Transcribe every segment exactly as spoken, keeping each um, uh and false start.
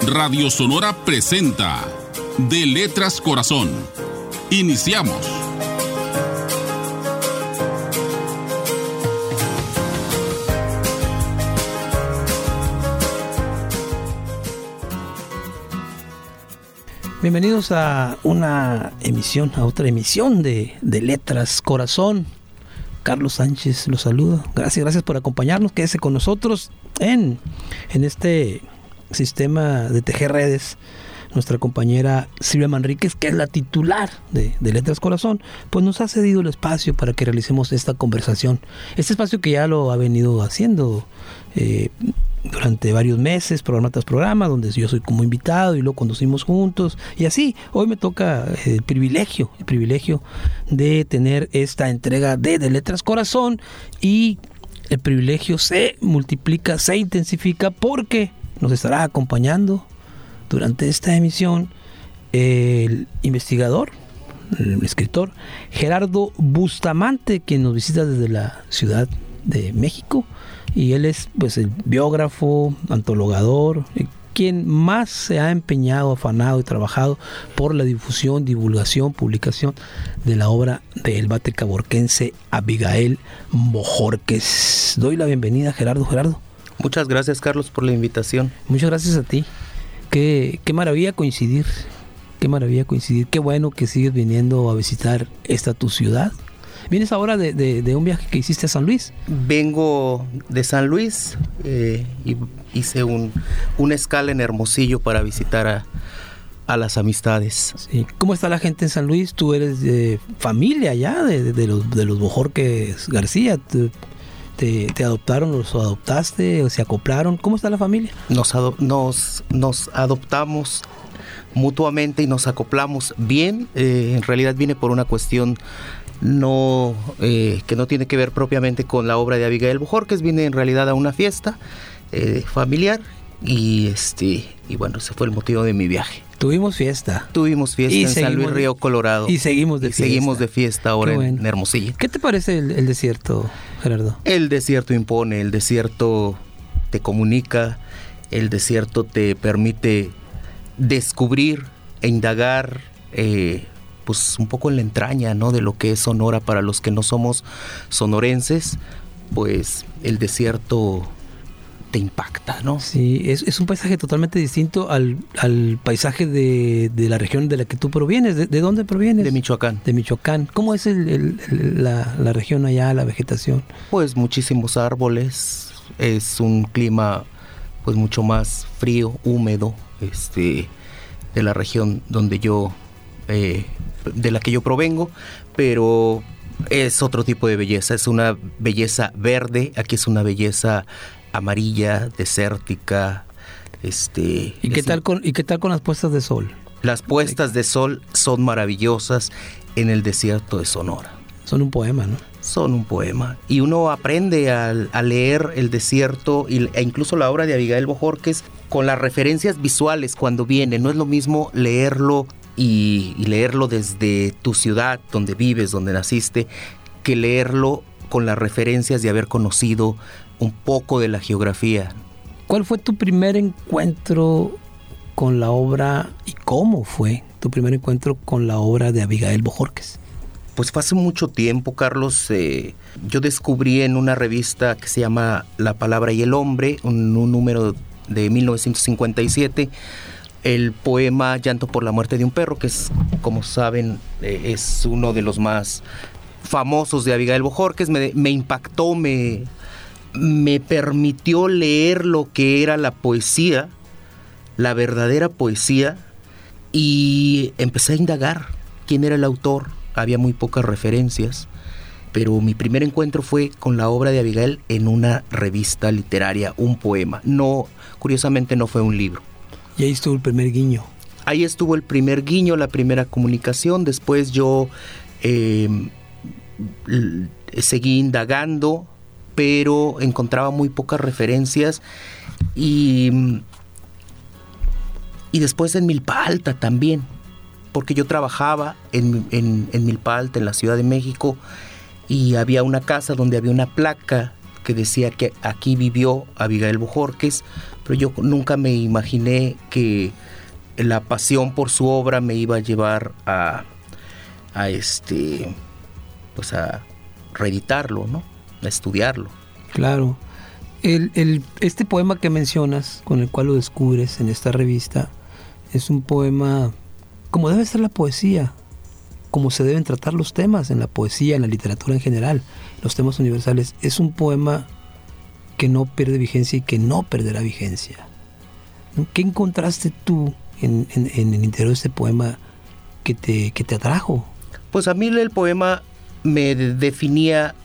Radio Sonora presenta De Letras Corazón. Iniciamos. Bienvenidos a una emisión, a otra emisión de, de Letras Corazón. Carlos Sánchez los saluda. Gracias, gracias por acompañarnos. Quédese con nosotros en, en este sistema de tejer redes. Nuestra compañera Silvia Manríquez, que es la titular de, de Letras Corazón, pues nos ha cedido el espacio para que realicemos esta conversación. Este espacio que ya lo ha venido haciendo eh, durante varios meses, programa tras programa, donde yo soy como invitado y lo conducimos juntos. Y así, hoy me toca el privilegio, el privilegio de tener esta entrega de, de Letras Corazón, y el privilegio se multiplica, se intensifica, porque nos estará acompañando durante esta emisión el investigador, el escritor Gerardo Bustamante, quien nos visita desde la Ciudad de México, y él es pues el biógrafo, antologador, quien más se ha empeñado, afanado y trabajado por la difusión, divulgación, publicación de la obra del batecaborquense Abigail Bojorquez. Doy la bienvenida, Gerardo. Gerardo. Muchas gracias, Carlos, por la invitación. Muchas gracias a ti. Qué, qué maravilla coincidir, qué maravilla coincidir, qué bueno que sigues viniendo a visitar esta tu ciudad. ¿Vienes ahora de, de, de un viaje que hiciste a San Luis? Vengo de San Luis eh, y hice un, una escala en Hermosillo para visitar a, a las amistades. Sí. ¿Cómo está la gente en San Luis? Tú eres de familia ya, de, de, de los, de los Bojorquez García. Te, te, te adoptaron, los adoptaste, o se acoplaron. ¿Cómo está la familia? Nos, ado- nos, nos adoptamos mutuamente y nos acoplamos bien. Eh, en realidad viene por una cuestión no eh, que no tiene que ver propiamente con la obra de Abigail Bojorquez. Vine en realidad a una fiesta eh, familiar y este y bueno, ese fue el motivo de mi viaje. Tuvimos fiesta. Tuvimos fiesta y en San Luis Río Colorado. Y seguimos de y fiesta. Seguimos de fiesta ahora en, bueno. en Hermosillo. ¿Qué te parece el, el desierto, Gerardo? El desierto impone, el desierto te comunica, el desierto te permite descubrir e indagar eh, pues un poco en la entraña, ¿no?, de lo que es Sonora. Para los que no somos sonorenses, pues el desierto te impacta, ¿no? Sí, es, es un paisaje totalmente distinto al, al paisaje de, de la región de la que tú provienes. ¿De, de dónde provienes? De Michoacán. De Michoacán. ¿Cómo es el, el, el, la, la región allá, la vegetación? Pues muchísimos árboles, es un clima pues mucho más frío, húmedo, este, de la región donde yo, eh, de la que yo provengo, pero es otro tipo de belleza, es una belleza verde, aquí es una belleza amarilla, desértica. Este, ¿Y qué es, tal con y qué tal con las puestas de sol? Las puestas de sol son maravillosas en el desierto de Sonora. Son un poema, ¿no? Son un poema. Y uno aprende a, a leer el desierto y, e incluso la obra de Abigail Bojorquez con las referencias visuales cuando viene. No es lo mismo leerlo y, y leerlo desde tu ciudad, donde vives, donde naciste, que leerlo con las referencias de haber conocido un poco de la geografía. ¿Cuál fue tu primer encuentro con la obra y cómo fue tu primer encuentro con la obra de Abigail Bojorquez? Pues fue hace mucho tiempo, Carlos. Eh, yo descubrí en una revista que se llama La Palabra y el Hombre, un, un número de mil novecientos cincuenta y siete, el poema Llanto por la muerte de un perro, que es, como saben, eh, es uno de los más famosos de Abigail Bojorquez. Me, me impactó, me, me permitió leer lo que era la poesía, la verdadera poesía, y empecé a indagar quién era el autor. Había muy pocas referencias, pero mi primer encuentro fue con la obra de Abigail en una revista literaria, un poema. No, curiosamente no fue un libro. Y ahí estuvo el primer guiño. Ahí estuvo el primer guiño, la primera comunicación. Después yo eh, l- seguí indagando, pero encontraba muy pocas referencias. Y, y después en Milpa Alta también, porque yo trabajaba en, en, en Milpa Alta, en la Ciudad de México, y había una casa donde había una placa que decía que aquí vivió Abigail Bojorquez, pero yo nunca me imaginé que la pasión por su obra me iba a llevar a, a este, pues a reeditarlo, ¿no? A estudiarlo. Claro. El, el, este poema que mencionas, con el cual lo descubres en esta revista, es un poema como debe ser la poesía, como se deben tratar los temas en la poesía, en la literatura en general, los temas universales. Es un poema que no pierde vigencia y que no perderá vigencia. ¿Qué encontraste tú en, en, en el interior de este poema que te, que te atrajo? Pues a mí el poema me definía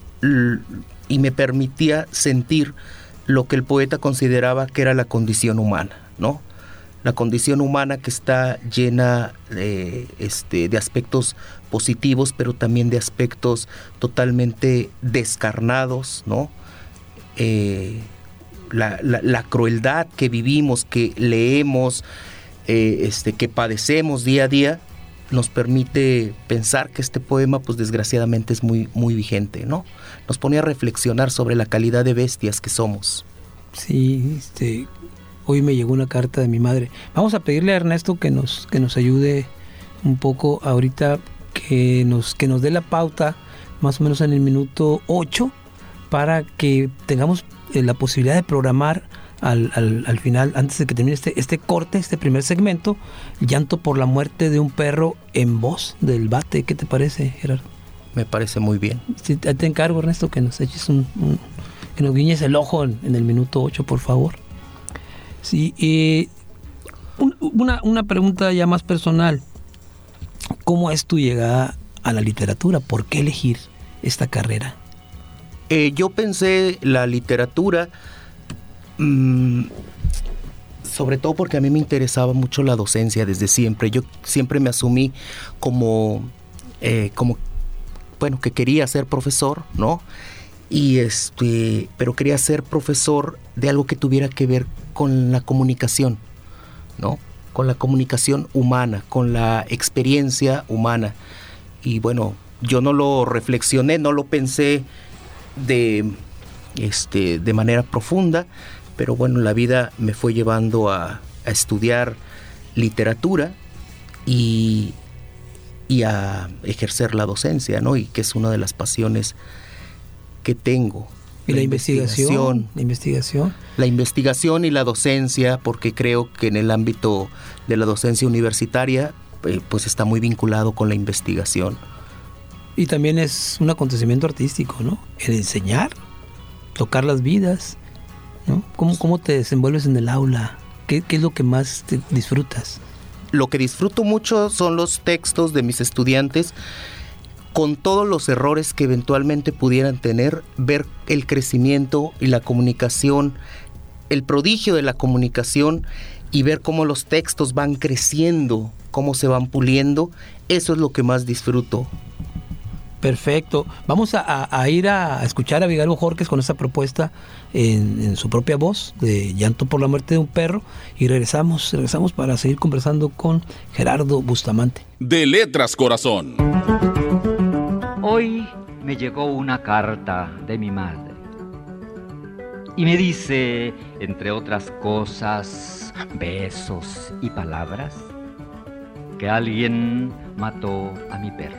y me permitía sentir lo que el poeta consideraba que era la condición humana, ¿no? La condición humana que está llena de, este, de aspectos positivos, pero también de aspectos totalmente descarnados, ¿no? Eh, la, la, la crueldad que vivimos, que leemos, eh, este, que padecemos día a día, nos permite pensar que este poema, pues desgraciadamente es muy, muy vigente, ¿no? Nos pone a reflexionar sobre la calidad de bestias que somos. Sí, este, hoy me llegó una carta de mi madre. Vamos a pedirle a Ernesto que nos, que nos ayude un poco ahorita, que nos, que nos dé la pauta, más o menos en el minuto ocho, para que tengamos eh, la posibilidad de programar Al, al, al final, antes de que termine este, este corte, este primer segmento, Llanto por la muerte de un perro en voz del Bate. ¿Qué te parece, Gerardo? Me parece muy bien. Sí, te encargo, Ernesto, que nos eches un, un que nos guiñes el ojo en, en el minuto ocho, por favor. Sí, eh, un, una, una pregunta ya más personal. ¿Cómo es tu llegada a la literatura? ¿Por qué elegir esta carrera? Eh, yo pensé la literatura Mm, sobre todo porque a mí me interesaba mucho la docencia desde siempre. Yo siempre me asumí como, eh, como bueno, que quería ser profesor, ¿no? Y este, pero quería ser profesor de algo que tuviera que ver con la comunicación, ¿no? Con la comunicación humana, con la experiencia humana. Y bueno, yo no lo reflexioné, no lo pensé de, este, de manera profunda. Pero bueno, la vida me fue llevando a, a estudiar literatura y, y a ejercer la docencia, ¿no? Y que es una de las pasiones que tengo. ¿Y la, la investigación? ¿La investigación? La investigación y la docencia, porque creo que en el ámbito de la docencia universitaria, eh, pues está muy vinculado con la investigación. Y también es un acontecimiento artístico, ¿no? El enseñar, tocar las vidas, ¿no? ¿Cómo, cómo te desenvuelves en el aula? ¿Qué, qué es lo que más te disfrutas? Lo que disfruto mucho son los textos de mis estudiantes, con todos los errores que eventualmente pudieran tener, ver el crecimiento y la comunicación, el prodigio de la comunicación y ver cómo los textos van creciendo, cómo se van puliendo. Eso es lo que más disfruto. Perfecto. Vamos a, a, a ir a escuchar a Abigail Bojorquez con esta propuesta en, en su propia voz de Llanto por la muerte de un perro, y regresamos, regresamos para seguir conversando con Gerardo Bustamante. De Letras Corazón. Hoy me llegó una carta de mi madre y me dice, entre otras cosas, besos y palabras, que alguien mató a mi perro.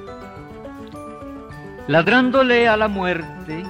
Ladrándole a la muerte,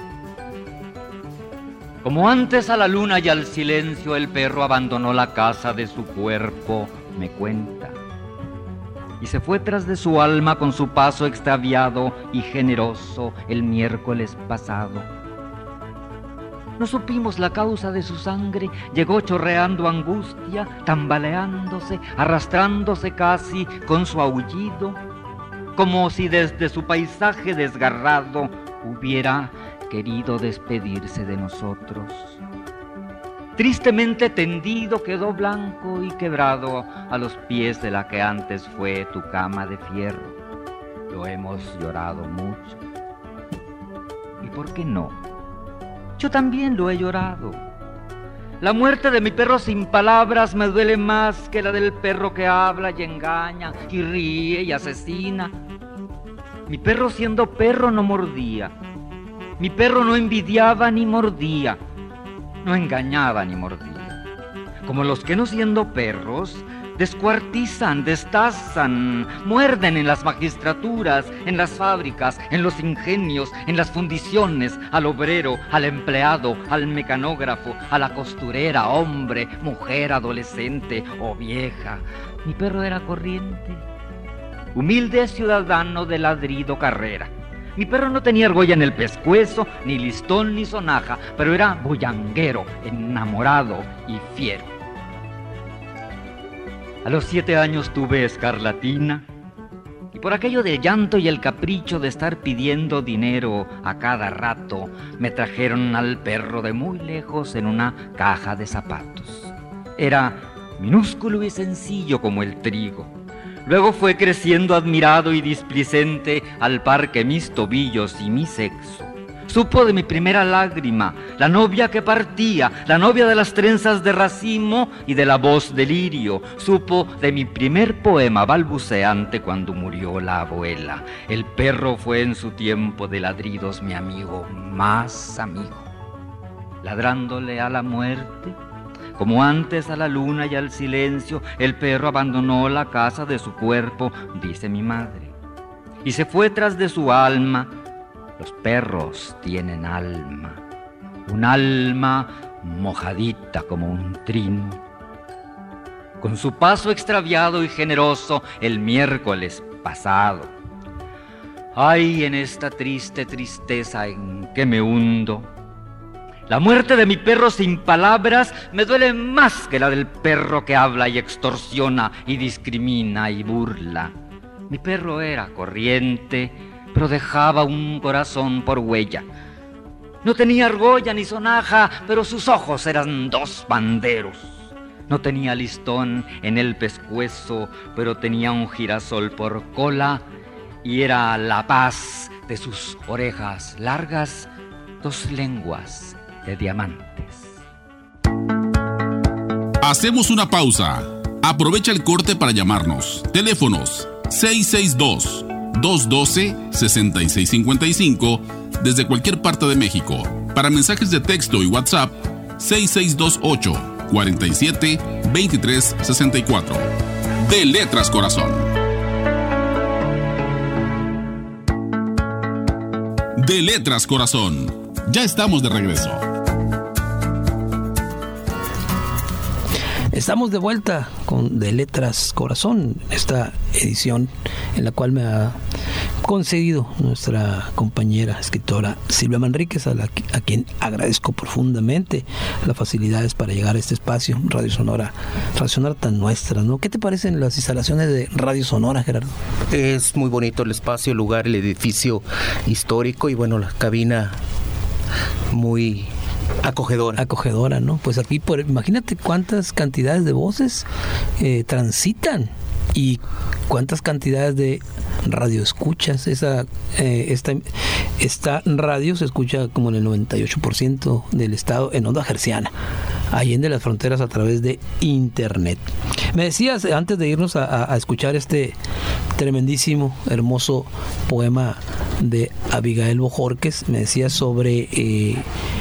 como antes a la luna y al silencio, el perro abandonó la casa de su cuerpo, me cuenta, y se fue tras de su alma con su paso extraviado y generoso el miércoles pasado. No supimos la causa de su sangre, llegó chorreando angustia, tambaleándose, arrastrándose casi con su aullido, como si desde su paisaje desgarrado hubiera querido despedirse de nosotros. Tristemente tendido quedó blanco y quebrado a los pies de la que antes fue tu cama de fierro. Lo hemos llorado mucho. ¿Y por qué no? Yo también lo he llorado. La muerte de mi perro sin palabras me duele más que la del perro que habla y engaña y ríe y asesina. Mi perro siendo perro no mordía. Mi perro no envidiaba ni mordía, no engañaba ni mordía. Como los que no siendo perros, descuartizan, destazan, muerden en las magistraturas, en las fábricas, en los ingenios, en las fundiciones, al obrero, al empleado, al mecanógrafo, a la costurera, hombre, mujer, adolescente o vieja. Mi perro era corriente, humilde ciudadano de ladrido carrera. Mi perro no tenía argolla en el pescuezo, ni listón ni sonaja, pero era bullanguero, enamorado y fiero. A los siete años tuve escarlatina, y por aquello del llanto y el capricho de estar pidiendo dinero a cada rato, me trajeron al perro de muy lejos en una caja de zapatos. Era minúsculo y sencillo como el trigo. Luego fue creciendo admirado y displicente al par que mis tobillos y mi sexo. Supo de mi primera lágrima, la novia que partía, la novia de las trenzas de racimo y de la voz de lirio. Supo de mi primer poema balbuceante cuando murió la abuela. El perro fue en su tiempo de ladridos mi amigo más amigo. Ladrándole a la muerte, como antes a la luna y al silencio, el perro abandonó la casa de su cuerpo, dice mi madre, y se fue tras de su alma. Los perros tienen alma, un alma mojadita como un trino. Con su paso extraviado y generoso el miércoles pasado. Ay, en esta triste tristeza en que me hundo. La muerte de mi perro sin palabras me duele más que la del perro que habla y extorsiona y discrimina y burla. Mi perro era corriente, pero dejaba un corazón por huella. No tenía argolla ni sonaja, pero sus ojos eran dos banderos. No tenía listón en el pescuezo, pero tenía un girasol por cola, y era la paz de sus orejas largas, dos lenguas de diamantes. Hacemos una pausa. Aprovecha el corte para llamarnos. Teléfonos seis seis dos, dos uno dos, seis seis cinco cinco desde cualquier parte de México. Para mensajes de texto y WhatsApp, seis seis dos ocho, cuatro siete, dos tres seis cuatro. De Letras Corazón. De Letras Corazón. Ya estamos de regreso. Estamos de vuelta con De Letras Corazón, esta edición en la cual me ha concedido nuestra compañera escritora Silvia Manríquez, a, la, a quien agradezco profundamente las facilidades para llegar a este espacio, Radio Sonora, Radio Sonora tan nuestra, ¿no? ¿Qué te parecen las instalaciones de Radio Sonora, Gerardo? Es muy bonito el espacio, el lugar, el edificio histórico y bueno, la cabina muy acogedora. Acogedora, ¿no? Pues aquí, por, imagínate cuántas cantidades de voces eh, transitan y cuántas cantidades de radioescuchas. Esa, eh, esta, esta radio se escucha como en el noventa y ocho por ciento del estado en onda herciana, allende las fronteras a través de internet. Me decías, antes de irnos a, a escuchar este tremendísimo, hermoso poema de Abigail Bojorquez, me decías sobre eh,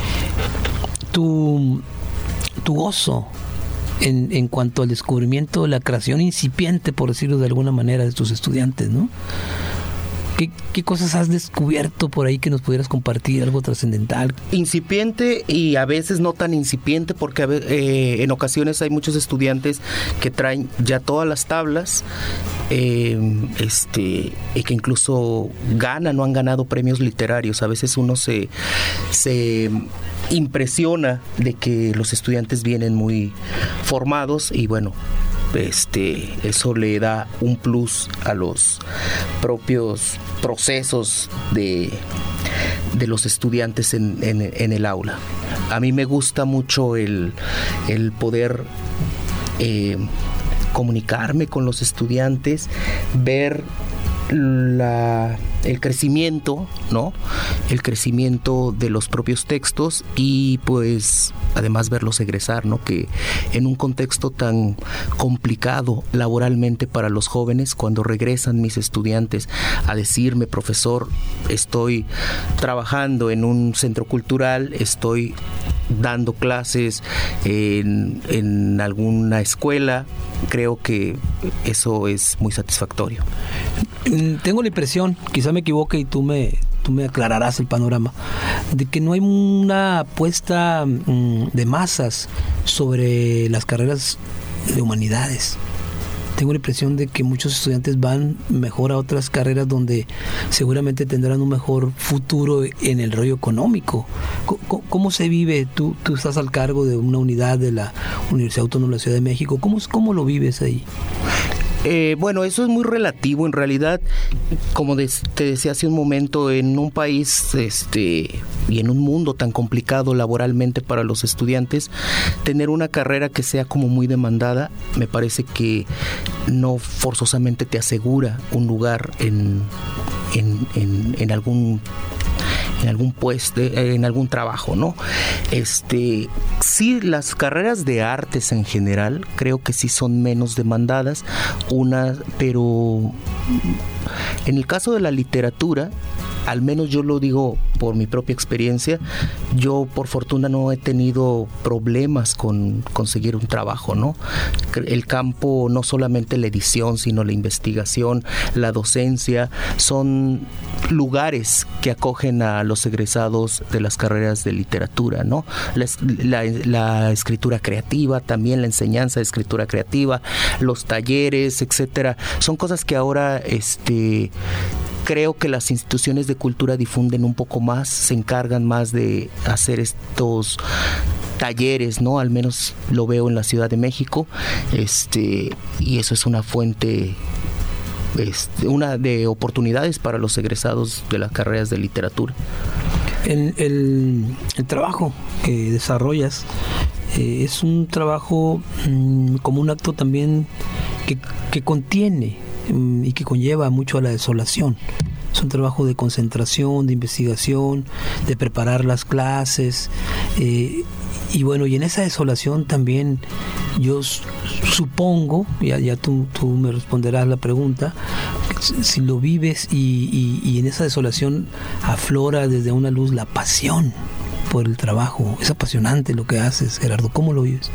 tu, tu gozo en, en cuanto al descubrimiento, la creación incipiente, por decirlo de alguna manera, de tus estudiantes, ¿no? ¿Qué, ¿Qué cosas has descubierto por ahí que nos pudieras compartir, algo trascendental? Incipiente y a veces no tan incipiente, porque eh, en ocasiones hay muchos estudiantes que traen ya todas las tablas, eh, este, y que incluso ganan o han ganado premios literarios. A veces uno se, se impresiona de que los estudiantes vienen muy formados y bueno, Este, eso le da un plus a los propios procesos de, de los estudiantes en, en, en el aula. A mí me gusta mucho el, el poder eh, comunicarme con los estudiantes, ver la, el crecimiento, ¿no? El crecimiento de los propios textos y pues además verlos egresar, ¿no? Que en un contexto tan complicado laboralmente para los jóvenes, cuando regresan mis estudiantes a decirme, profesor, estoy trabajando en un centro cultural, estoy dando clases en, en alguna escuela, creo que eso es muy satisfactorio. Tengo la impresión, quizá me equivoque y tú me, tú me aclararás el panorama, de que no hay una apuesta mmm, de masas sobre las carreras de humanidades. Tengo la impresión de que muchos estudiantes van mejor a otras carreras donde seguramente tendrán un mejor futuro en el rollo económico. ¿Cómo, cómo se vive? Tú, tú estás al cargo de una unidad de la Universidad Autónoma de la Ciudad de México. ¿Cómo, cómo lo vives ahí? Eh, bueno, eso es muy relativo. En realidad, como des, te decía hace un momento, en un país este, y en un mundo tan complicado laboralmente para los estudiantes, tener una carrera que sea como muy demandada, me parece que no forzosamente te asegura un lugar en, en, en, en algún en algún puesto, en algún trabajo, ¿no? Este, sí, las carreras de artes en general creo que sí son menos demandadas, una, pero en el caso de la literatura, al menos yo lo digo por mi propia experiencia, yo por fortuna no he tenido problemas con conseguir un trabajo, ¿no? El campo, no solamente la edición, sino la investigación, la docencia, son lugares que acogen a los egresados de las carreras de literatura, ¿no? La, la, la escritura creativa, también la enseñanza de escritura creativa, los talleres, etcétera, son cosas que ahora este creo que las instituciones de cultura difunden un poco más, se encargan más de hacer estos talleres, ¿no? Al menos lo veo en la Ciudad de México, este, y eso es una fuente, este, una de oportunidades para los egresados de las carreras de literatura. El, el, el trabajo que desarrollas eh, es un trabajo mmm, como un acto también que, que contiene y que conlleva mucho a la desolación. Es un trabajo de concentración, de investigación, de preparar las clases, eh, y bueno, y en esa desolación también yo supongo, ya, ya tú, tú me responderás la pregunta, si lo vives y, y, y en esa desolación aflora desde una luz la pasión por el trabajo. Es apasionante lo que haces, Gerardo. ¿Cómo lo vives?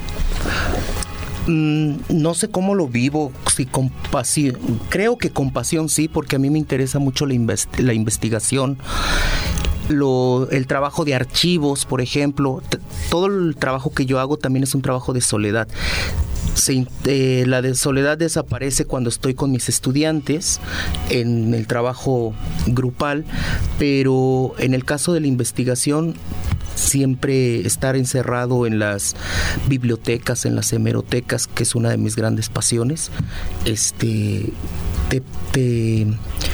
No sé cómo lo vivo, si con pasión, creo que con pasión sí, porque a mí me interesa mucho la, invest- la investigación, lo, el trabajo de archivos, por ejemplo, t- todo el trabajo que yo hago también es un trabajo de soledad. Se, eh, la de soledad desaparece cuando estoy con mis estudiantes en el trabajo grupal, pero en el caso de la investigación, siempre estar encerrado en las bibliotecas, en las hemerotecas, que es una de mis grandes pasiones, este, te, te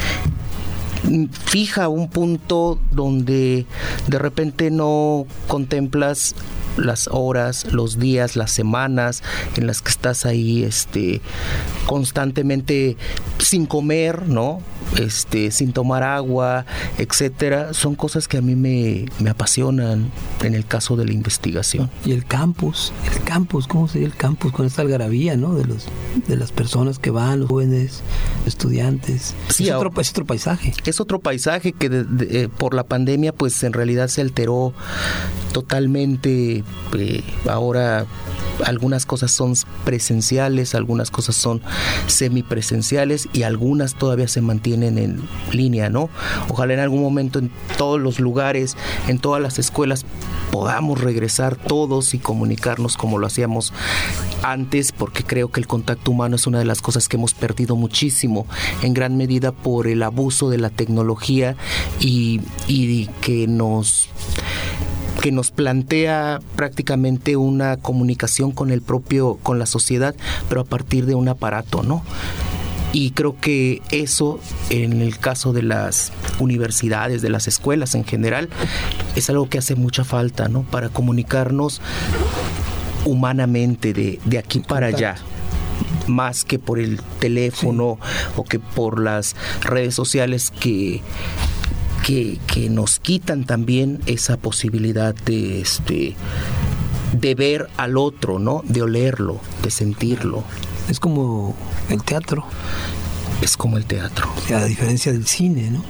fija un punto donde de repente no contemplas las horas, los días, las semanas en las que estás ahí este, constantemente sin comer, ¿no? Este, sin tomar agua, etcétera. Son cosas que a mí me, me apasionan en el caso de la investigación. Y el campus, el campus, ¿cómo sería el campus con esta algarabía, ¿no? De los, de las personas que van, los jóvenes, estudiantes. Sí, es, otro, es otro paisaje. Es otro paisaje que de, de, eh, por la pandemia, pues en realidad se alteró totalmente. Eh, ahora algunas cosas son presenciales, algunas cosas son semipresenciales y algunas todavía se mantienen en línea, ¿no? Ojalá en algún momento en todos los lugares, en todas las escuelas podamos regresar todos y comunicarnos como lo hacíamos antes, porque creo que el contacto humano es una de las cosas que hemos perdido muchísimo, en gran medida por el abuso de la tecnología y, y que nos que nos plantea prácticamente una comunicación con el propio, con la sociedad, pero a partir de un aparato, ¿no? Y creo que eso, en el caso de las universidades, de las escuelas en general, es algo que hace mucha falta, ¿no? Para comunicarnos humanamente de, de aquí para allá. más que por el teléfono sí. o que por las redes sociales que, que, que nos quitan también esa posibilidad de, este, de ver al otro, ¿no? De olerlo, de sentirlo. Es como el teatro. Es como el teatro. A diferencia del cine, ¿no?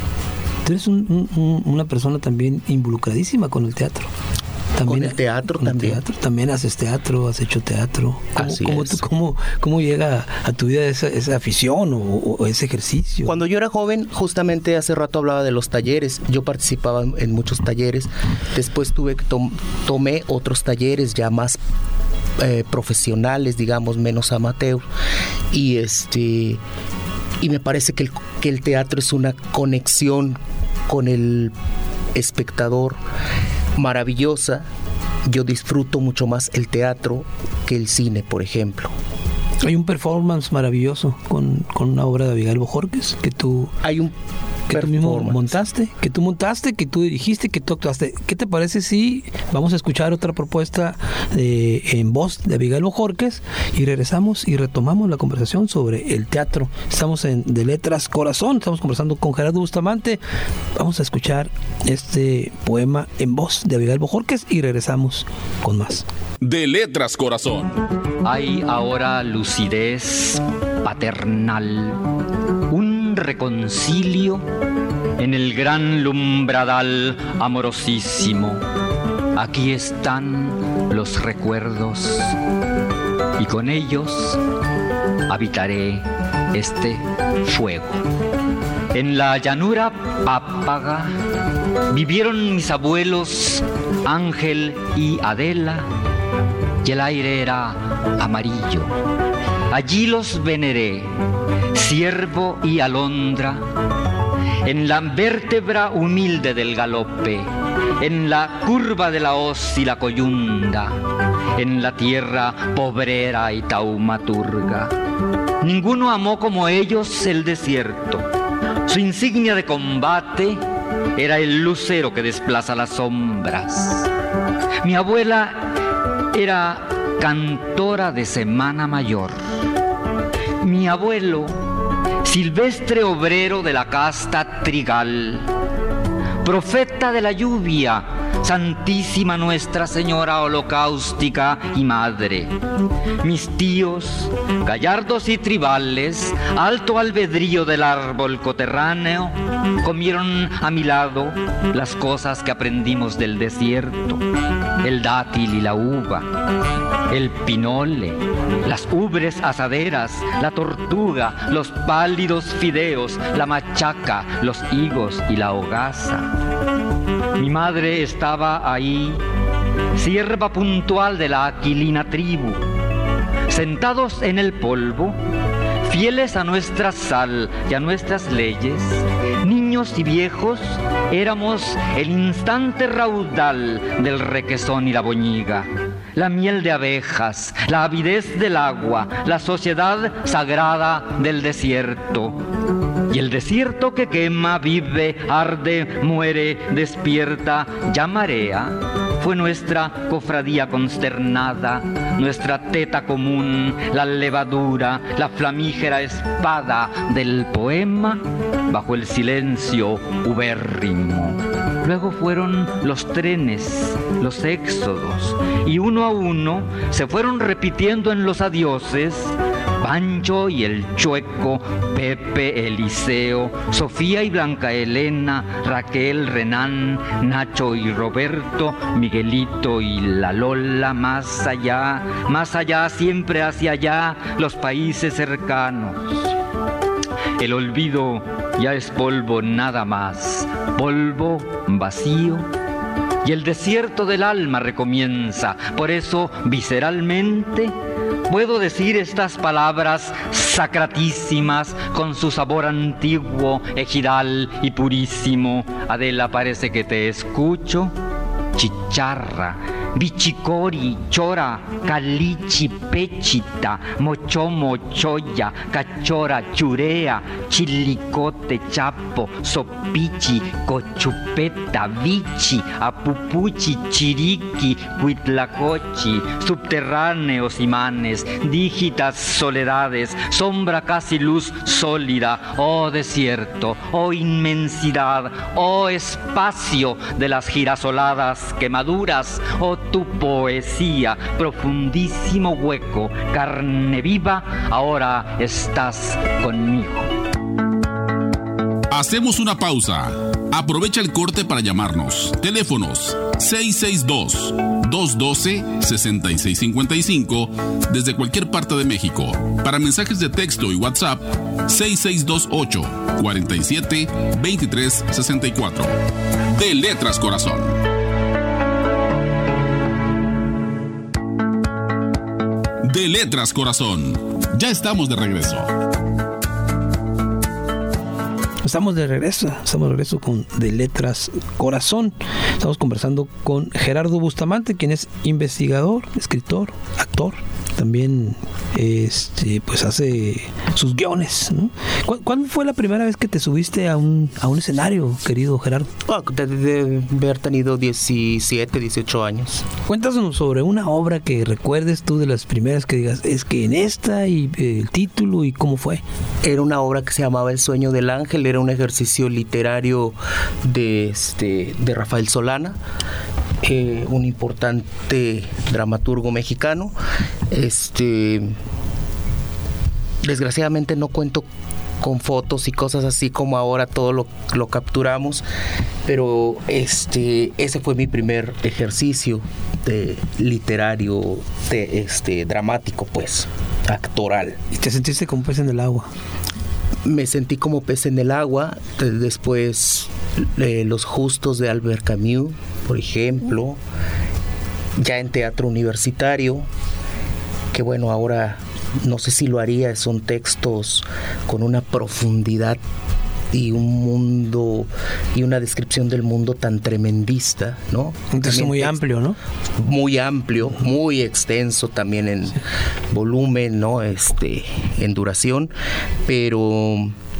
Tú eres un, un, una persona también involucradísima con el teatro. También, con el teatro con también. El teatro. También haces teatro, has hecho teatro. ¿Cómo, Así cómo, es. tú, cómo, ¿Cómo llega a tu vida esa, esa afición o, o ese ejercicio? Cuando yo era joven, justamente hace rato hablaba de los talleres. Yo participaba en muchos talleres. Después tuve que tom, tomé otros talleres ya más eh, profesionales, digamos, menos amateur. Y este y me parece que el, que el teatro es una conexión con el espectador maravillosa. Yo disfruto mucho más el teatro que el cine, por ejemplo. Hay un performance maravilloso con, con una obra de Abigail Bojorquez que tú, Hay un que tú mismo montaste, que tú montaste, que tú dirigiste, que tú actuaste. ¿Qué te parece si vamos a escuchar otra propuesta de, en voz de Abigail Bojorquez y regresamos y retomamos la conversación sobre el teatro? Estamos en De Letras Corazón, estamos conversando con Gerardo Bustamante. Vamos a escuchar este poema en voz de Abigail Bojorquez y regresamos con más. De Letras Corazón. Hay ahora lucidez paternal, un reconcilio en el gran lumbradal amorosísimo. Aquí están los recuerdos y con ellos habitaré este fuego. En la llanura Pápaga vivieron mis abuelos Ángel y Adela, y el aire era amarillo. Allí los veneré, ciervo y alondra, en la vértebra humilde del galope, en la curva de la hoz y la coyunda, en la tierra pobrera y taumaturga. Ninguno amó como ellos el desierto. Su insignia de combate era el lucero que desplaza las sombras. Mi abuela era cantora de Semana Mayor. Mi abuelo, silvestre obrero de la casta trigal, profeta de la lluvia, Santísima Nuestra Señora Holocaustica y Madre. Mis tíos, gallardos y tribales, alto albedrío del árbol coterráneo, comieron a mi lado las cosas que aprendimos del desierto: el dátil y la uva, el pinole, las ubres asaderas, la tortuga, los pálidos fideos, la machaca, los higos y la hogaza. Mi madre estaba ahí, sierva puntual de la aquilina tribu. Sentados en el polvo, fieles a nuestra sal y a nuestras leyes, niños y viejos, éramos el instante raudal del requesón y la boñiga, la miel de abejas, la avidez del agua, la sociedad sagrada del desierto. Y el desierto que quema, vive, arde, muere, despierta, ya marea, fue nuestra cofradía consternada, nuestra teta común, la levadura, la flamígera espada del poema bajo el silencio ubérrimo. Luego fueron los trenes, los éxodos, y uno a uno se fueron repitiendo en los adioses Pancho y el Chueco, Pepe, Eliseo, Sofía y Blanca Elena, Raquel, Renán, Nacho y Roberto, Miguelito y la Lola, más allá, más allá, siempre hacia allá, los países cercanos. El olvido ya es polvo nada más, polvo vacío, y el desierto del alma recomienza. Por eso, visceralmente, puedo decir estas palabras sacratísimas con su sabor antiguo, ejidal y purísimo. Adela, parece que te escucho. Chicharra, Bichicori, Chora, Calichi, Pechita, Mochomo, Choya, Cachora, Churea, Chilicote, Chapo, Sopichi, Cochupeta, Vichi, Apupuchi, Chiriqui, Huitlacochi, subterráneos imanes, dígitas soledades, sombra casi luz sólida, oh desierto, oh inmensidad, oh espacio de las girasoladas quemaduras, oh tu poesía, profundísimo hueco, carne viva, ahora estás conmigo. Hacemos una pausa. Aprovecha el corte para llamarnos. Teléfonos seis seis dos, dos uno dos, seis seis cinco cinco desde cualquier parte de México. Para mensajes de texto y WhatsApp seis seis dos ocho, cuatro siete, dos tres seis cuatro. De Letras Corazón. De Letras Corazón. Ya estamos de regreso. Estamos de regreso, estamos de regreso con De Letras Corazón. Estamos conversando con Gerardo Bustamante, quien es investigador, escritor, actor. También este, pues hace sus guiones, ¿no? ¿Cu- ¿Cuándo fue la primera vez que te subiste a un, a un escenario, querido Gerardo? Oh, de, de haber tenido diecisiete, dieciocho años. Cuéntanos sobre una obra que recuerdes tú de las primeras que digas, es que en esta y eh, el título y cómo fue. Era una obra que se llamaba El sueño del ángel, era un ejercicio literario de, este, de Rafael Solana, eh, un importante dramaturgo mexicano. Este, desgraciadamente no cuento con fotos y cosas así como ahora todo lo, lo capturamos, pero este, ese fue mi primer ejercicio de literario, de, este, dramático, pues, actoral. ¿Y te sentiste como pez en el agua? Me sentí como pez en el agua. Después eh, Los Justos de Albert Camus, por ejemplo, ya en teatro universitario, que bueno, ahora no sé si lo haría, son textos con una profundidad y un mundo y una descripción del mundo tan tremendista, ¿no? Un texto muy text- amplio, ¿no? Muy amplio, muy extenso también en sí. volumen, ¿no? Este, en duración, pero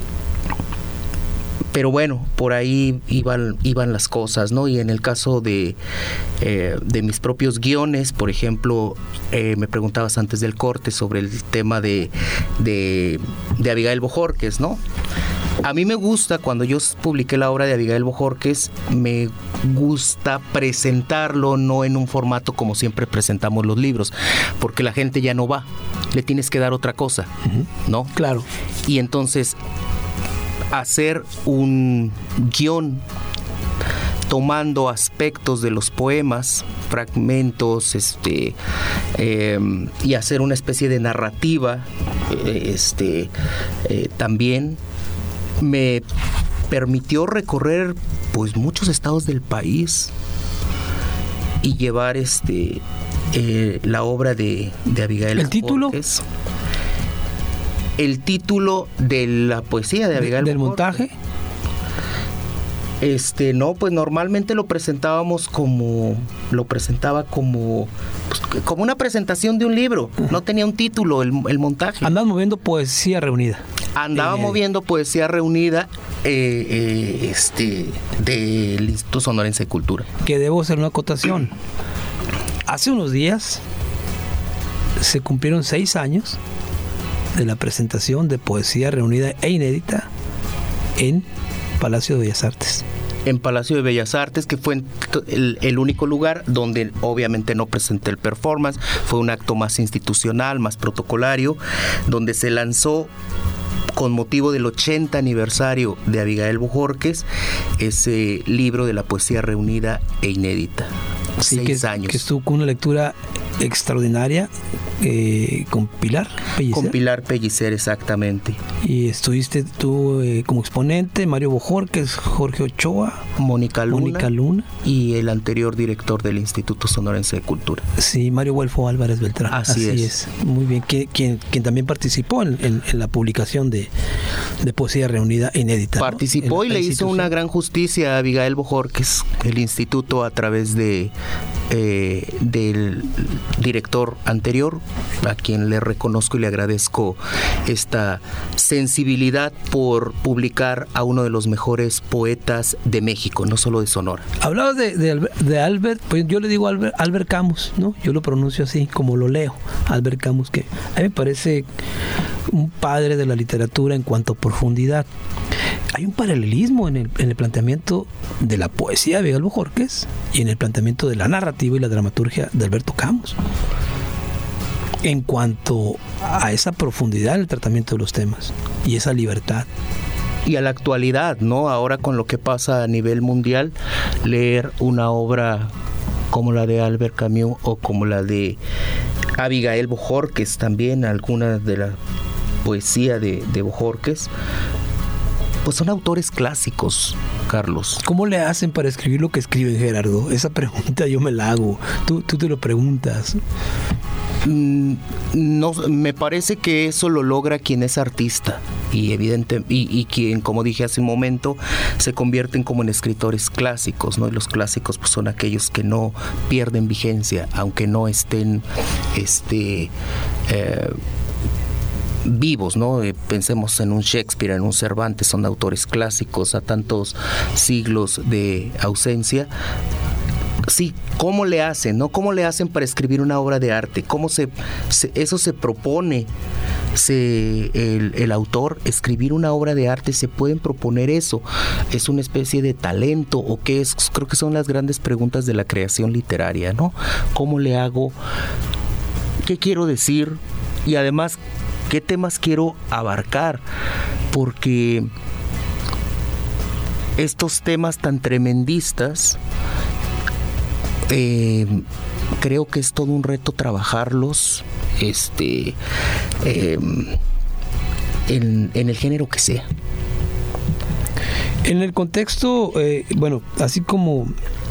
pero bueno, por ahí iban, iban las cosas, ¿no? Y en el caso de, eh, de mis propios guiones, por ejemplo, eh, me preguntabas antes del corte sobre el tema de, de, de Abigail Bojorquez, ¿no? A mí me gusta, cuando yo publiqué la obra de Abigail Bojorquez, me gusta presentarlo no en un formato como siempre presentamos los libros, porque la gente ya no va, le tienes que dar otra cosa, ¿no? Claro. Y entonces hacer un guión tomando aspectos de los poemas, fragmentos, este, eh, y hacer una especie de narrativa, este, eh, también me permitió recorrer pues muchos estados del país y llevar este eh, la obra de, de Abigail. ¿El título? Bojorquez. El título de la poesía de Abigail ¿Del Bojorquez. montaje? Este, no, pues normalmente lo presentábamos como, lo presentaba como, pues, como una presentación de un libro. No tenía un título el, el montaje. Andabas moviendo poesía reunida. Andaba Eh, moviendo poesía reunida eh, eh, este, del Instituto Sonorense de Cultura. Que debo hacer una acotación. Hace unos días se cumplieron seis años de la presentación de poesía reunida e inédita en Palacio de Bellas Artes. En Palacio de Bellas Artes, que fue el, el único lugar donde obviamente no presenté el performance, fue un acto más institucional, más protocolario, donde se lanzó con motivo del ochenta aniversario de Abigail Bojorquez ese libro de la poesía reunida e inédita. Sí, Seis que, años. que estuvo con una lectura extraordinaria eh, con Pilar Pellicer. Con Pilar Pellicer, exactamente. Y estuviste tú eh, como exponente, Mario Bojorquez, Jorge Ochoa, Mónica Luna, Mónica Luna y el anterior director del Instituto Sonorense de Cultura. Sí, Mario Huelfo Álvarez Beltrán. Así, Así es. es. Muy bien. Quien, quien, quien también participó en, en, en la publicación de, de poesía reunida e inédita. Participó, ¿no? y le hizo una gran justicia a Abigail Bojorquez, el instituto, a través de eh, del director anterior, a quien le reconozco y le agradezco esta sensibilidad por publicar a uno de los mejores poetas de México, no solo de Sonora. Hablabas de, de, de Albert, pues yo le digo Albert, Albert Camus, ¿no? Yo lo pronuncio así, como lo leo, Albert Camus, que a mí me parece un padre de la literatura en cuanto a profundidad. Hay un paralelismo en el, en el planteamiento de la poesía de Miguel Bojórquez y en el planteamiento de la narrativa y la dramaturgia de Alberto Camus en cuanto a esa profundidad en el tratamiento de los temas y esa libertad. Y a la actualidad, ¿no? Ahora con lo que pasa a nivel mundial, leer una obra como la de Albert Camus o como la de Abigail Bojórquez, también alguna de la poesía de, de Bojórquez, pues son autores clásicos, Carlos. ¿Cómo le hacen para escribir lo que escriben, Gerardo? Esa pregunta yo me la hago. Tú, tú te lo preguntas. Mm, no, me parece que eso lo logra quien es artista y evidente y, y quien, como dije hace un momento, se convierten como en escritores clásicos, ¿no? Y los clásicos pues son aquellos que no pierden vigencia, aunque no estén, este. Eh, vivos, ¿no? Eh, pensemos en un Shakespeare, en un Cervantes, son autores clásicos a tantos siglos de ausencia. Sí, ¿cómo le hacen, no? ¿Cómo le hacen para escribir una obra de arte? ¿Cómo se, se eso se propone se, el, el autor? Escribir una obra de arte, ¿se pueden proponer eso? ¿Es una especie de talento o qué es? Creo que son las grandes preguntas de la creación literaria, ¿no? ¿Cómo le hago? ¿Qué quiero decir? Y además, ¿qué temas quiero abarcar? Porque estos temas tan tremendistas, eh, creo que es todo un reto trabajarlos este, eh, en, en el género que sea. En el contexto, eh, bueno, así como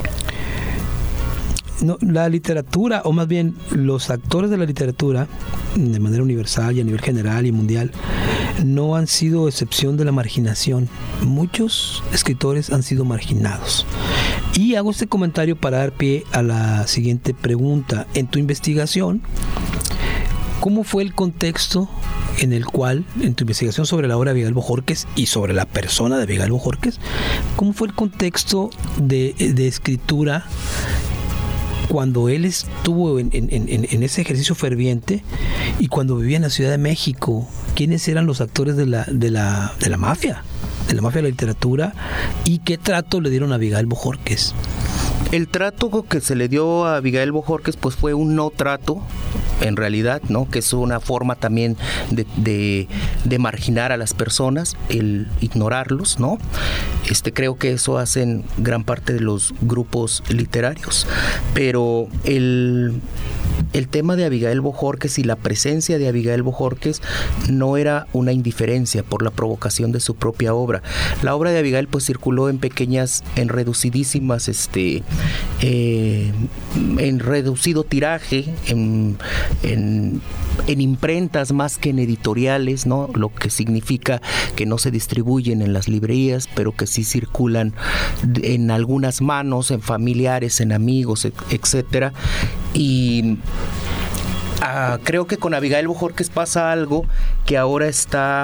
no, la literatura, o más bien los actores de la literatura, de manera universal y a nivel general y mundial, no han sido excepción de la marginación. Muchos escritores han sido marginados. Y hago este comentario para dar pie a la siguiente pregunta. En tu investigación, ¿cómo fue el contexto en el cual, en tu investigación sobre la obra de Abigail Bojórquez y sobre la persona de Abigail Bojórquez, cómo fue el contexto de, de escritura cuando él estuvo en, en, en, en ese ejercicio ferviente y cuando vivía en la Ciudad de México? ¿Quiénes eran los actores de la, de la, de la mafia? De la mafia de la literatura, y qué trato le dieron a Abigail Bojórquez. El trato que se le dio a Abigail Bojórquez pues fue un no trato, en realidad, ¿no? Que es una forma también de, de, de marginar a las personas, el ignorarlos, ¿no? Este, creo que eso hacen gran parte de los grupos literarios. Pero el, el tema de Abigail Bojórquez y la presencia de Abigail Bojórquez no era una indiferencia por la provocación de su propia obra. La obra de Abigail pues circuló en pequeñas, en reducidísimas, este, eh, en reducido tiraje, en En, en imprentas más que en editoriales, ¿no? Lo que significa que no se distribuyen en las librerías, pero que sí circulan en algunas manos, en familiares, en amigos, etcétera. Y uh, creo que con Abigail Bojórquez pasa algo que ahora está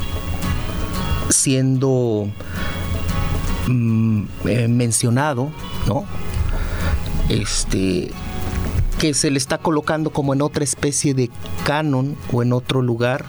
siendo mm, eh, mencionado, ¿no? Este... que se le está colocando como en otra especie de canon o en otro lugar,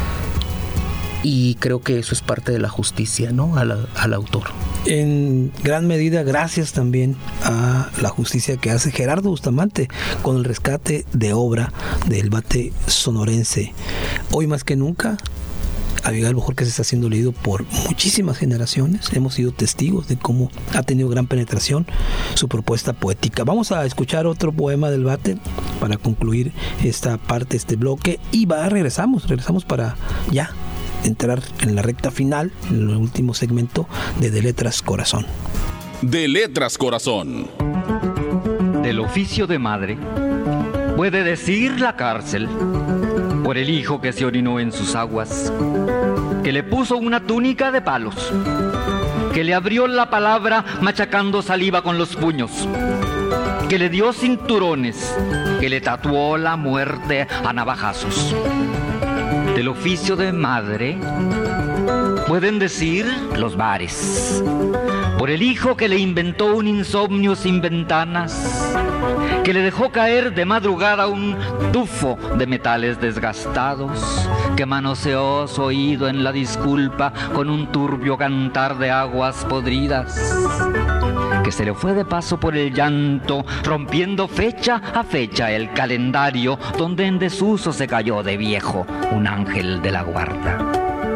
y creo que eso es parte de la justicia, ¿no? A la, al autor. En gran medida gracias también a la justicia que hace Gerardo Bustamante con el rescate de obra del Bate sonorense. Hoy más que nunca, Abigail Bojórquez está siendo leído por muchísimas generaciones. Hemos sido testigos de cómo ha tenido gran penetración su propuesta poética. Vamos a escuchar otro poema del Bate para concluir esta parte, este bloque, y va, regresamos, regresamos para ya entrar en la recta final, en el último segmento de De Letras Corazón. De Letras Corazón. Del oficio de madre puede decir la cárcel por el hijo que se orinó en sus aguas, que le puso una túnica de palos, que le abrió la palabra machacando saliva con los puños, que le dio cinturones, que le tatuó la muerte a navajazos. Del oficio de madre pueden decir los bares, por el hijo que le inventó un insomnio sin ventanas, que le dejó caer de madrugada un tufo de metales desgastados, que manoseó su oído en la disculpa con un turbio cantar de aguas podridas, que se le fue de paso por el llanto, rompiendo fecha a fecha el calendario donde en desuso se cayó de viejo un ángel de la guarda.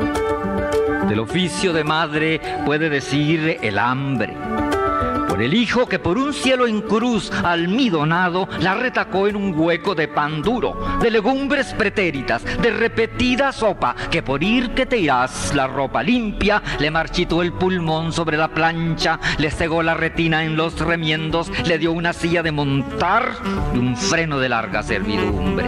Del oficio de madre puede decir el hambre, por el hijo que por un cielo en cruz almidonado la retacó en un hueco de pan duro, de legumbres pretéritas, de repetida sopa, que por ir que te irás la ropa limpia, le marchitó el pulmón sobre la plancha, le cegó la retina en los remiendos, le dio una silla de montar y un freno de larga servidumbre.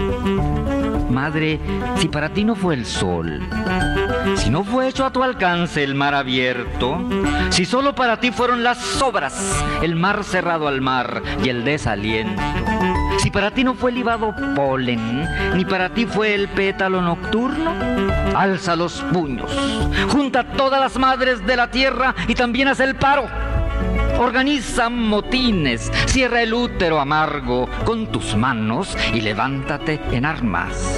Madre, si para ti no fue el sol, si no fue hecho a tu alcance el mar abierto, si solo para ti fueron las sobras, el mar cerrado al mar y el desaliento, si para ti no fue el libado polen, ni para ti fue el pétalo nocturno, alza los puños, junta todas las madres de la tierra y también haz el paro. Organiza motines, cierra el útero amargo con tus manos y levántate en armas.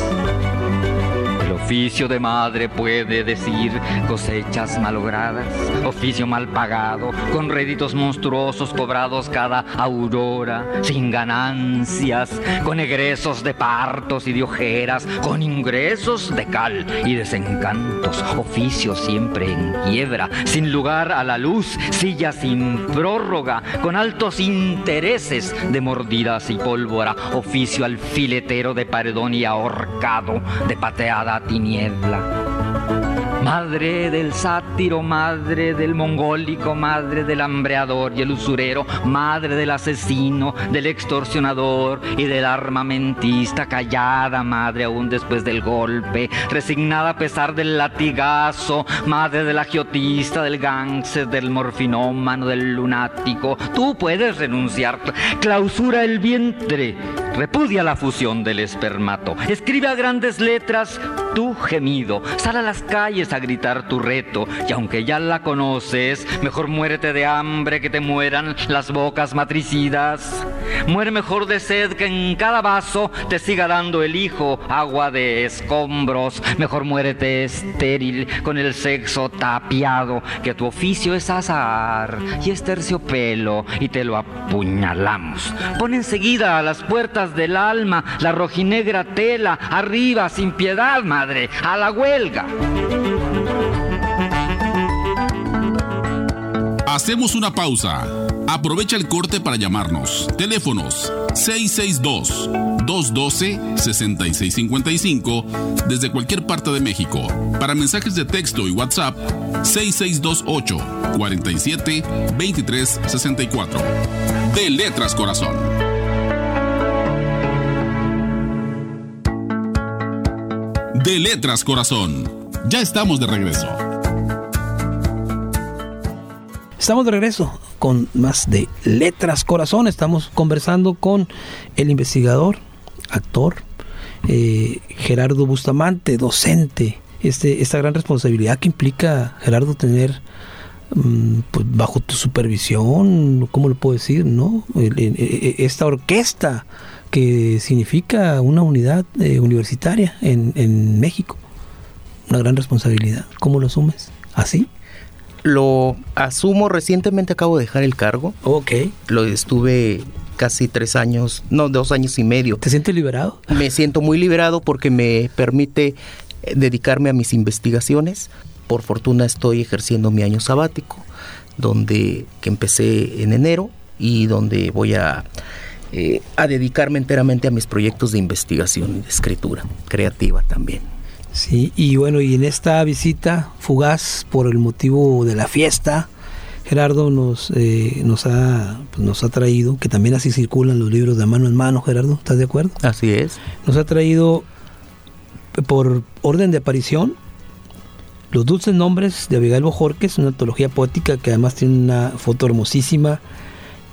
El oficio de madre puede decir cosechas malogradas, oficio mal pagado, con réditos monstruosos cobrados cada aurora, sin ganancias, con egresos de partos y de ojeras, con ingresos de cal y desencantos, oficio siempre en quiebra, sin lugar a la luz, silla sin prórroga, con altos intereses de mordidas y pólvora, oficio alfiletero de paredón y ahorcado de pateada tiniebla. Madre del sátiro, madre del mongólico, madre del hambreador y el usurero, madre del asesino, del extorsionador y del armamentista, callada madre aún después del golpe, resignada a pesar del latigazo, madre del agiotista, del gángster, del morfinómano, del lunático. Tú puedes renunciar, clausura el vientre, repudia la fusión del espermato, escribe a grandes letras tu gemido, sal a las calles a gritar tu reto, y aunque ya la conoces, mejor muérete de hambre que te mueran las bocas matricidas. Muere mejor de sed que en cada vaso te siga dando el hijo agua de escombros. Mejor muérete estéril con el sexo tapiado, que tu oficio es azar y es terciopelo y te lo apuñalamos. Pon enseguida a las puertas del alma la rojinegra tela, arriba sin piedad, madre, a la huelga. Hacemos una pausa. Aprovecha el corte para llamarnos. Teléfonos seis seis dos, dos uno dos, seis seis cinco cinco desde cualquier parte de México. Para mensajes de texto y WhatsApp, seis seis dos ocho, cuatro siete, dos tres seis cuatro. De Letras Corazón. De Letras Corazón. Ya estamos de regreso. Estamos de regreso con más de Letras Corazón. Estamos conversando con el investigador, actor, eh, Gerardo Bustamante, docente. Este, esta gran responsabilidad que implica, Gerardo, tener um, pues, bajo tu supervisión, ¿cómo lo puedo decir? ¿No? El, el, el, esta orquesta que significa una unidad eh, universitaria en, en México. Una gran responsabilidad. ¿Cómo lo asumes? ¿Así? Lo asumo, recientemente acabo de dejar el cargo. Ok. Lo estuve casi tres años, no, dos años y medio. ¿Te sientes liberado? Me siento muy liberado porque me permite dedicarme a mis investigaciones. Por fortuna estoy ejerciendo mi año sabático, donde que empecé en enero y donde voy a, eh, a dedicarme enteramente a mis proyectos de investigación y de escritura creativa también. Sí, y bueno, y en esta visita fugaz por el motivo de la fiesta, Gerardo nos eh, nos ha pues nos ha traído, que también así circulan los libros de mano en mano, Gerardo, ¿estás de acuerdo? Así es. Nos ha traído por orden de aparición Los dulces nombres de Abigail Bojorquez, una antología poética que además tiene una foto hermosísima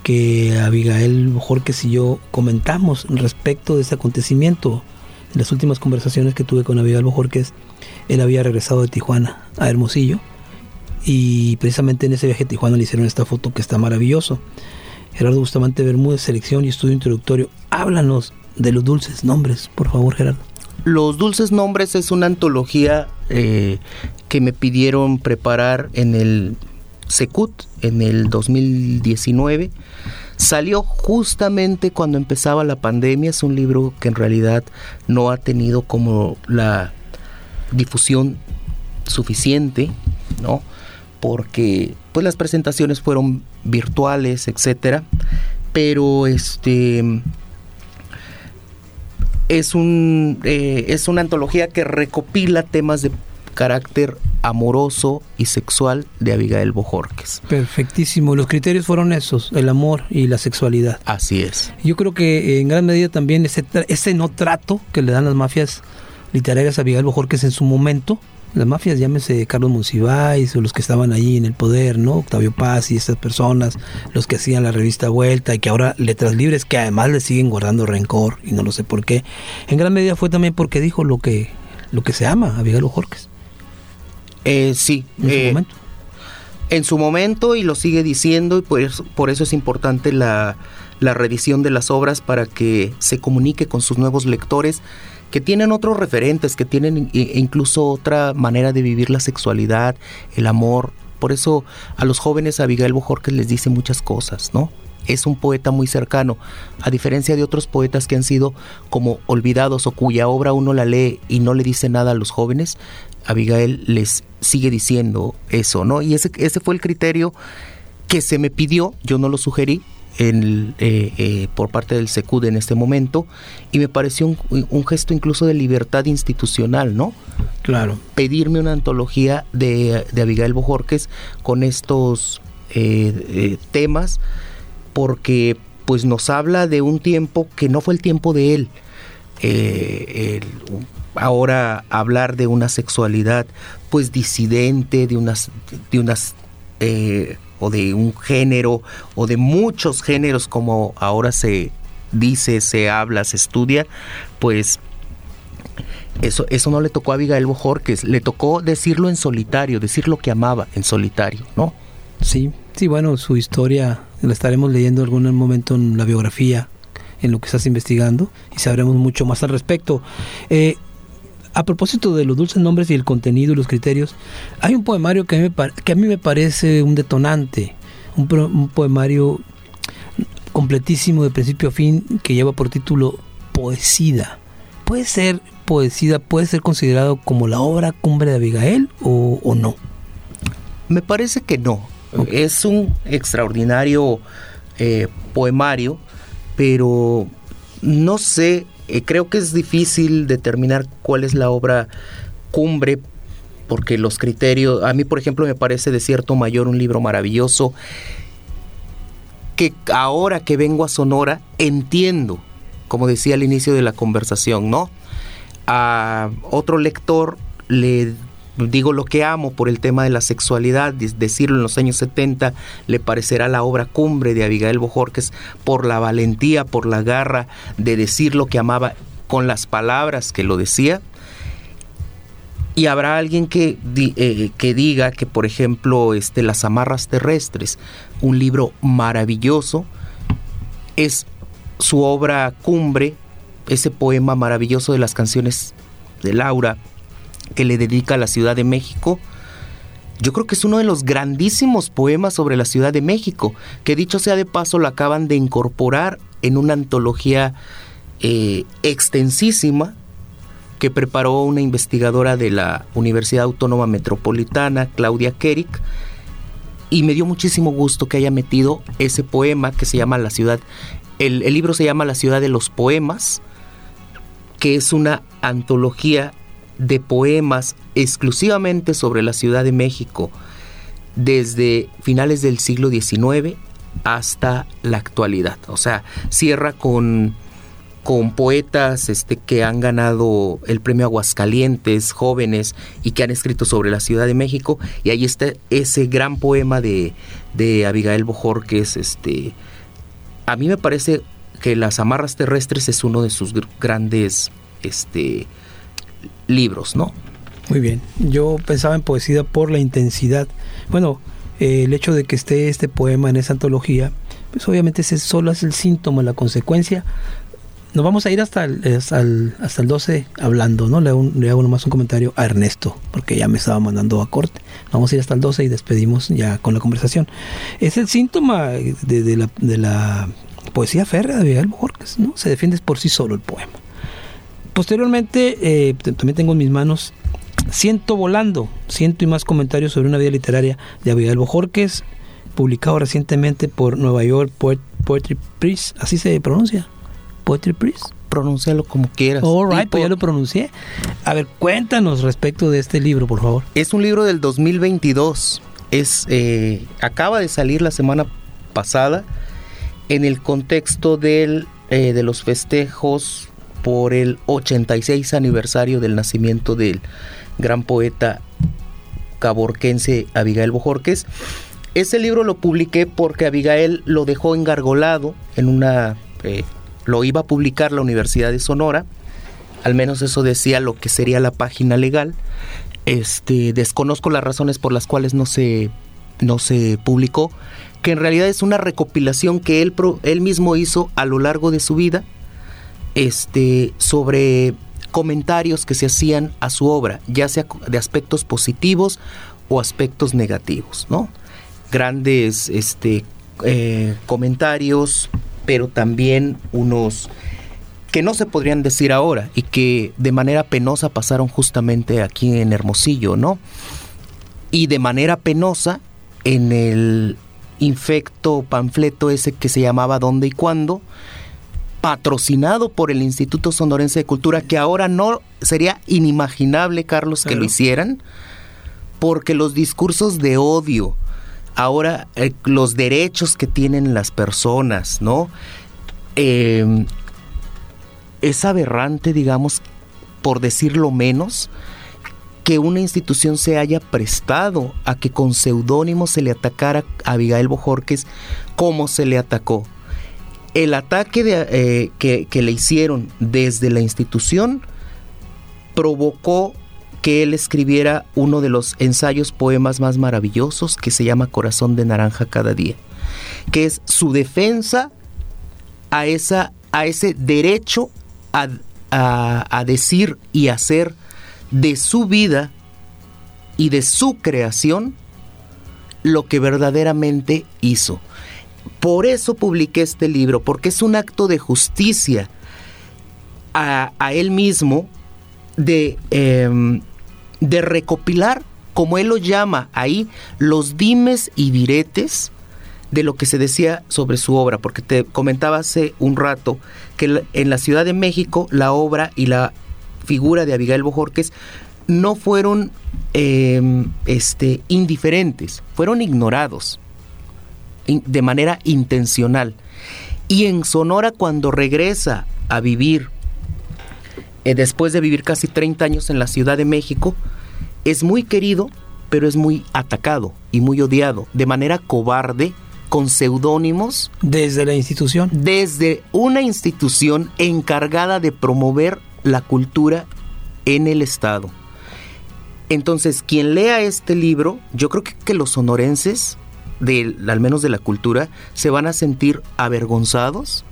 que Abigail Bojorquez y yo comentamos respecto de ese acontecimiento. En las últimas conversaciones que tuve con Abigail Bojorquez, él había regresado de Tijuana a Hermosillo y precisamente en ese viaje a Tijuana le hicieron esta foto que está maravilloso. Gerardo Bustamante Bermúdez, selección y estudio introductorio. Háblanos de los dulces nombres, por favor, Gerardo. Los Dulces Nombres es una antología eh, que me pidieron preparar en el Secut en el dos mil diecinueve. Salió justamente cuando empezaba la pandemia. Es un libro que en realidad no ha tenido como la difusión suficiente, ¿no? Porque pues las presentaciones fueron virtuales, etcétera. Pero este es un eh, es una antología que recopila temas de carácter amoroso y sexual de Abigail Bojorquez. Perfectísimo. Los criterios fueron esos, el amor y la sexualidad. Así es. Yo creo que en gran medida también ese, ese no trato que le dan las mafias literarias a Abigail Bojorquez en su momento, las mafias, llámese Carlos Monsiváis o los que estaban allí en el poder, ¿no? Octavio Paz y estas personas, los que hacían la revista Vuelta y que ahora Letras Libres, que además le siguen guardando rencor y no lo sé por qué. En gran medida fue también porque dijo lo que, lo que se ama a Abigail Bojorquez. Eh, sí. En eh, su momento. En su momento, y lo sigue diciendo, y por eso, por eso es importante la, la reedición de las obras para que se comunique con sus nuevos lectores que tienen otros referentes, que tienen incluso otra manera de vivir la sexualidad, el amor. Por eso a los jóvenes Abigail Bojorquez les dice muchas cosas, ¿no? Es un poeta muy cercano, a diferencia de otros poetas que han sido como olvidados o cuya obra uno la lee y no le dice nada a los jóvenes. Abigail les sigue diciendo eso, ¿no? Y ese, ese fue el criterio que se me pidió, yo no lo sugerí, en, eh, eh, por parte del Secut en este momento, y me pareció un, un gesto incluso de libertad institucional, ¿no? Claro. Pedirme una antología de, de Abigail Bojorquez con estos eh, eh, temas, porque pues nos habla de un tiempo que no fue el tiempo de él. Eh, el, ahora hablar de una sexualidad pues disidente, de unas, de unas eh, o de un género, o de muchos géneros como ahora se dice, se habla, se estudia, pues eso, eso no le tocó a Abigail Bojorquez, le tocó decirlo en solitario, decir lo que amaba en solitario, ¿no? Sí, sí, bueno, su historia la estaremos leyendo en algún momento en la biografía, en lo que estás investigando, y sabremos mucho más al respecto. Eh, a propósito de los dulces nombres y el contenido y los criterios, hay un poemario que a mí me, que a mí me parece un detonante, un, pro, un poemario completísimo de principio a fin que lleva por título Poesía. ¿Puede ser Poesía, puede ser considerado como la obra cumbre de Abigail o, o no? Me parece que no. Okay. Es un extraordinario eh, poemario, pero no sé, eh, creo que es difícil determinar cuál es la obra cumbre, porque los criterios, a mí por ejemplo me parece Desierto Mayor un libro maravilloso, que ahora que vengo a Sonora entiendo, como decía al inicio de la conversación, ¿no? A otro lector le digo lo que amo por el tema de la sexualidad, decirlo en los años setenta le parecerá la obra cumbre de Abigail Bojorquez por la valentía, por la garra de decir lo que amaba con las palabras que lo decía. Y habrá alguien que, eh, que diga que, por ejemplo, este, Las Amarras Terrestres, un libro maravilloso, es su obra cumbre, ese poema maravilloso de las canciones de Laura, que le dedica a la Ciudad de México. Yo creo que es uno de los grandísimos poemas sobre la Ciudad de México, que dicho sea de paso lo acaban de incorporar en una antología eh, extensísima que preparó una investigadora de la Universidad Autónoma Metropolitana, Claudia Kerik, y me dio muchísimo gusto que haya metido ese poema que se llama La Ciudad, el, el libro se llama La Ciudad de los Poemas, que es una antología de poemas exclusivamente sobre la Ciudad de México desde finales del siglo diecinueve hasta la actualidad. O sea, cierra con, con poetas este, que han ganado el premio Aguascalientes, jóvenes, y que han escrito sobre la Ciudad de México, y ahí está ese gran poema de, de Abigail Bojorquez, este, a mí me parece que Las amarras terrestres es uno de sus gr- grandes este, libros, ¿no? Muy bien. Yo pensaba en poesía por la intensidad. Bueno, eh, el hecho de que esté este poema en esa antología, pues obviamente ese solo es el síntoma, la consecuencia. Nos vamos a ir hasta el, hasta el, hasta el doce hablando, ¿no? Le hago, le hago nomás un comentario a Ernesto, porque ya me estaba mandando a corte. Vamos a ir hasta el doce y despedimos ya con la conversación. Es el síntoma de, de, la, de la poesía férrea de Abigail Bojorquez, ¿no? Se defiende por sí solo el poema. Posteriormente, eh, también tengo en mis manos Ciento volando, ciento y más comentarios sobre una vida literaria de Abigail Bojorquez, publicado recientemente por Nueva York Poet, Poetry Press, así se pronuncia. Poetry Press. Pronúncialo como quieras. All right, Tipo, pues ya lo pronuncié. A ver, cuéntanos respecto de este libro, por favor. Es un libro del dos mil veintidós. Es, eh, acaba de salir la semana pasada en el contexto del, eh, de los festejos por el ochenta y seis aniversario del nacimiento del gran poeta caborquense Abigail Bojorquez. Ese libro lo publiqué porque Abigail lo dejó engargolado en una... Eh, lo iba a publicar la Universidad de Sonora, al menos eso decía lo que sería la página legal. Este, desconozco las razones por las cuales no se, no se publicó, que en realidad es una recopilación que él, él mismo hizo a lo largo de su vida, este, sobre comentarios que se hacían a su obra, ya sea de aspectos positivos o aspectos negativos, ¿no? Grandes este, eh, comentarios, pero también unos que no se podrían decir ahora y que de manera penosa pasaron justamente aquí en Hermosillo, ¿no? Y de manera penosa en el infecto panfleto ese que se llamaba ¿Dónde y cuándo?, patrocinado por el Instituto Sonorense de Cultura, que ahora no sería inimaginable, Carlos, que claro. lo hicieran, porque los discursos de odio, ahora eh, los derechos que tienen las personas, ¿no? Eh, es aberrante, digamos, por decirlo menos, que una institución se haya prestado a que con seudónimo se le atacara a Abigail Bojorquez como se le atacó. El ataque de, eh, que, que le hicieron desde la institución provocó que él escribiera uno de los ensayos poemas más maravillosos que se llama Corazón de naranja cada día, que es su defensa a, esa, a ese derecho a, a, a decir y hacer de su vida y de su creación lo que verdaderamente hizo. Por eso publiqué este libro, porque es un acto de justicia a, a él mismo de, eh, de recopilar, como él lo llama ahí, los dimes y diretes de lo que se decía sobre su obra, porque te comentaba hace un rato que en la Ciudad de México la obra y la figura de Abigail Bojorquez no fueron eh, este, indiferentes, fueron ignorados de manera intencional. Y en Sonora, cuando regresa a vivir, eh, después de vivir casi treinta años en la Ciudad de México, es muy querido, pero es muy atacado y muy odiado, de manera cobarde, con seudónimos. Desde la institución. Desde una institución encargada de promover la cultura en el Estado. Entonces, quien lea este libro, yo creo que, que los sonorenses, de, al menos de la cultura, se van a sentir avergonzados.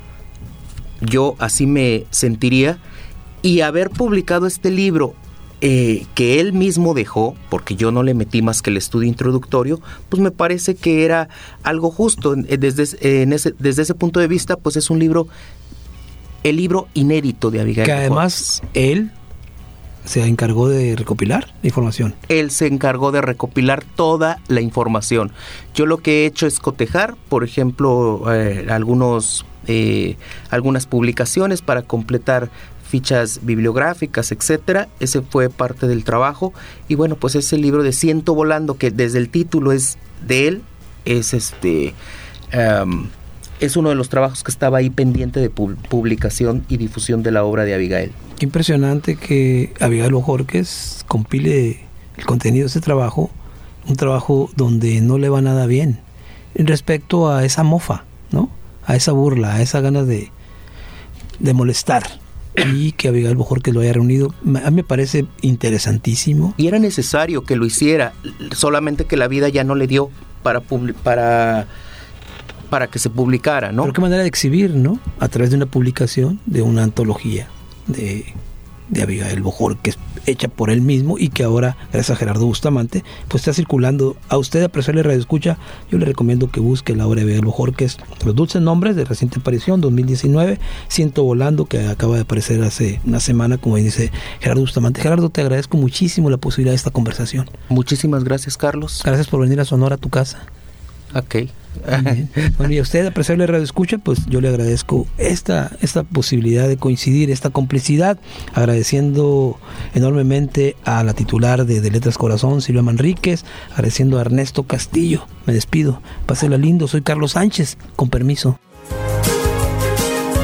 Yo así me sentiría. Y haber publicado este libro eh, que él mismo dejó, porque yo no le metí más que el estudio introductorio, pues me parece que era algo justo. Desde, en ese, desde ese punto de vista, pues es un libro, el libro inédito de Abigail. Que además él se encargó de recopilar la información. Él se encargó de recopilar toda la información. Yo lo que he hecho es cotejar, por ejemplo, eh, algunos, eh, algunas publicaciones para completar fichas bibliográficas, etcétera. Ese fue parte del trabajo. Y bueno, pues ese libro de Ciento volando, que desde el título es de él, es este... Um, es uno de los trabajos que estaba ahí pendiente de publicación y difusión de la obra de Abigail. Qué impresionante que Abigail Bojorquez compile el contenido de ese trabajo, un trabajo donde no le va nada bien respecto a esa mofa, ¿no? a esa burla, a esa ganas de, de molestar. Y que Abigail Bojorquez lo haya reunido, a mí me parece interesantísimo. Y era necesario que lo hiciera, solamente que la vida ya no le dio para para para que se publicara, ¿no? Pero qué manera de exhibir, ¿no? A través de una publicación, de una antología de, de Abigail Bojorquez, hecha por él mismo y que ahora, gracias a Gerardo Bustamante, pues está circulando. A usted, apreciable Radio Escucha, yo le recomiendo que busque la obra de Abigail Bojorquez, Los Dulces Nombres, de reciente aparición, dos mil diecinueve, Siento Volando, que acaba de aparecer hace una semana, como dice Gerardo Bustamante. Gerardo, te agradezco muchísimo la posibilidad de esta conversación. Muchísimas gracias, Carlos. Gracias por venir a Sonora, a tu casa. Ok. Bueno, y a usted, apreciable Radio Escucha, pues yo le agradezco esta, esta posibilidad de coincidir, esta complicidad, agradeciendo enormemente a la titular de, de Letras Corazón, Silvia Manríquez, agradeciendo a Ernesto Castillo. Me despido, pásela lindo, soy Carlos Sánchez, con permiso.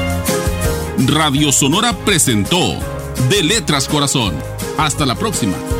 Radio Sonora presentó De Letras Corazón. Hasta la próxima.